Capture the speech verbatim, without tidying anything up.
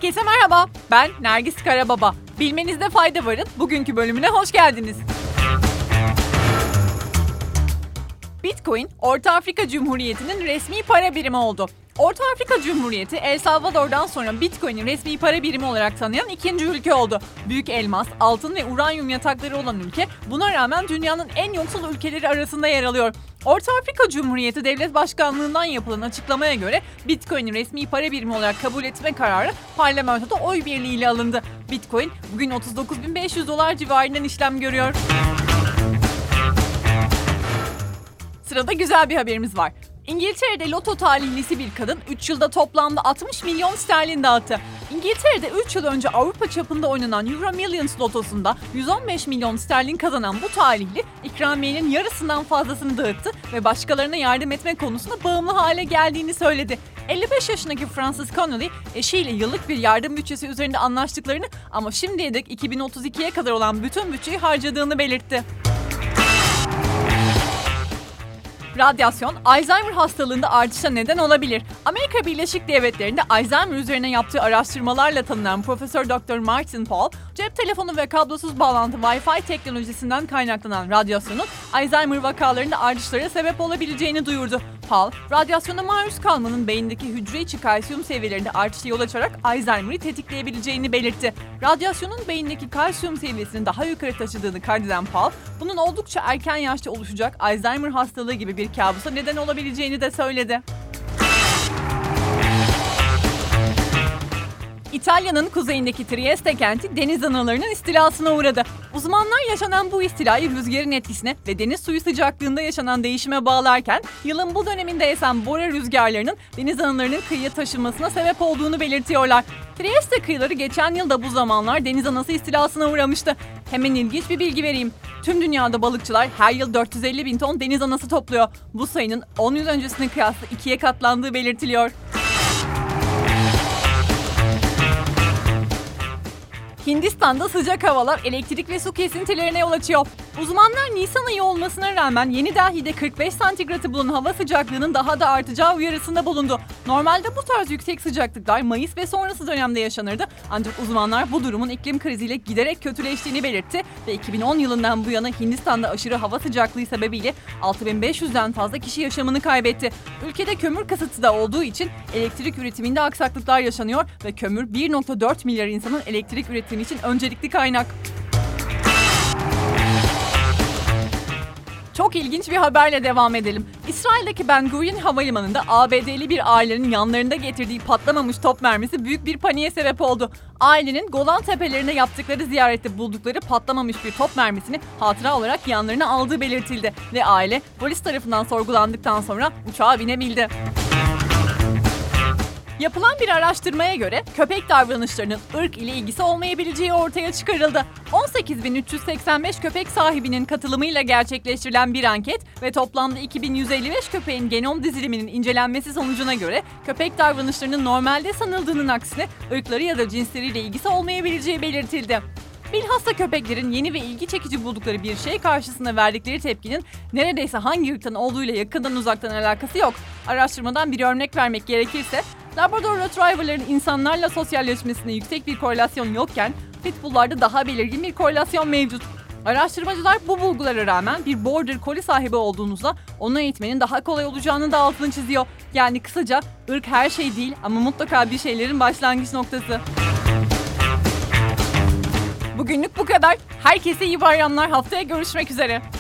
Herkese merhaba, ben Nergis Karababa. Bilmenizde fayda varın, bugünkü bölümüne hoş geldiniz. Bitcoin, Orta Afrika Cumhuriyeti'nin resmi para birimi oldu. Orta Afrika Cumhuriyeti, El Salvador'dan sonra Bitcoin'i resmi para birimi olarak tanıyan ikinci ülke oldu. Büyük elmas, altın ve uranyum yatakları olan ülke, buna rağmen dünyanın en yoksul ülkeleri arasında yer alıyor. Orta Afrika Cumhuriyeti Devlet Başkanlığı'ndan yapılan açıklamaya göre Bitcoin'i resmi para birimi olarak kabul etme kararı parlamentoda oy birliğiyle alındı. Bitcoin bugün otuz dokuz bin beş yüz dolar civarından işlem görüyor. Sırada güzel bir haberimiz var. İngiltere'de loto talihlisi bir kadın üç yılda toplamda altmış milyon sterlin dağıttı. İngiltere'de üç yıl önce Avrupa çapında oynanan Euro Millions lotosunda yüz on beş milyon sterlin kazanan bu talihli ikramiyenin yarısından fazlasını dağıttı ve başkalarına yardım etme konusunda bağımlı hale geldiğini söyledi. elli beş yaşındaki Francis Connolly eşiyle yıllık bir yardım bütçesi üzerinde anlaştıklarını ama şimdiye dek iki bin otuz ikiye kadar olan bütün bütçeyi harcadığını belirtti. Radyasyon, Alzheimer hastalığında artışa neden olabilir. Amerika Birleşik Devletleri'nde Alzheimer üzerine yaptığı araştırmalarla tanınan Profesör Doktor Martin Pall, cep telefonu ve kablosuz bağlantı Wi-Fi teknolojisinden kaynaklanan radyasyonun Alzheimer vakalarında artışlara sebep olabileceğini duyurdu. Pall, radyasyona maruz kalmanın beyindeki hücre içi kalsiyum seviyelerinde artışa yol açarak Alzheimer'ı tetikleyebileceğini belirtti. Radyasyonun beyindeki kalsiyum seviyesini daha yukarı taşıdığını kaydeden Pall, bunun oldukça erken yaşta oluşacak Alzheimer hastalığı gibi bir kabusa neden olabileceğini de söyledi. İtalya'nın kuzeyindeki Trieste kenti deniz analarının istilasına uğradı. Uzmanlar yaşanan bu istilayı rüzgarın etkisine ve deniz suyu sıcaklığında yaşanan değişime bağlarken yılın bu döneminde esen bora rüzgarlarının deniz analarının kıyıya taşınmasına sebep olduğunu belirtiyorlar. Trieste kıyıları geçen yıl da bu zamanlar deniz anası istilasına uğramıştı. Hemen ilginç bir bilgi vereyim. Tüm dünyada balıkçılar her yıl dört yüz elli bin ton deniz anası topluyor. Bu sayının on yıl öncesine kıyasla ikiye katlandığı belirtiliyor. Hindistan'da sıcak havalar elektrik ve su kesintilerine yol açıyor. Uzmanlar Nisan ayı olmasına rağmen Yeni Delhi'de kırk beş santigratı bulan hava sıcaklığının daha da artacağı uyarısında bulundu. Normalde bu tarz yüksek sıcaklıklar Mayıs ve sonrası dönemde yaşanırdı. Ancak uzmanlar bu durumun iklim kriziyle giderek kötüleştiğini belirtti ve iki bin on yılından bu yana Hindistan'da aşırı hava sıcaklığı sebebiyle altı bin beş yüzden fazla kişi yaşamını kaybetti. Ülkede kömür kısıtı da olduğu için elektrik üretiminde aksaklıklar yaşanıyor ve kömür bir virgül dört milyar insanın elektrik üretimi için öncelikli kaynak. Çok ilginç bir haberle devam edelim. İsrail'deki Ben Gurion Havalimanı'nda A B D'li bir ailenin yanlarında getirdiği patlamamış top mermisi büyük bir paniğe sebep oldu. Ailenin Golan Tepelerinde yaptıkları ziyarette buldukları patlamamış bir top mermisini hatıra olarak yanlarına aldığı belirtildi ve aile polis tarafından sorgulandıktan sonra uçağa binebildi. Yapılan bir araştırmaya göre köpek davranışlarının ırk ile ilgisi olmayabileceği ortaya çıkarıldı. on sekiz bin üç yüz seksen beş köpek sahibinin katılımıyla gerçekleştirilen bir anket ve toplamda iki bin yüz elli beş köpeğin genom diziliminin incelenmesi sonucuna göre köpek davranışlarının normalde sanıldığının aksine ırkları ya da cinsleriyle ilgisi olmayabileceği belirtildi. Bilhassa köpeklerin yeni ve ilgi çekici buldukları bir şey karşısında verdikleri tepkinin neredeyse hangi ırktan olduğuyla yakından uzaktan alakası yok. Araştırmadan bir örnek vermek gerekirse, Labrador Retriever'ların insanlarla sosyalleşmesinde yüksek bir korelasyon yokken, Pitbull'larda daha belirgin bir korelasyon mevcut. Araştırmacılar bu bulgulara rağmen bir Border Collie sahibi olduğunuzda onu eğitmenin daha kolay olacağını da altını çiziyor. Yani kısaca ırk her şey değil ama mutlaka bir şeylerin başlangıç noktası. Bugünlük bu kadar. Herkese iyi bayramlar. Haftaya görüşmek üzere.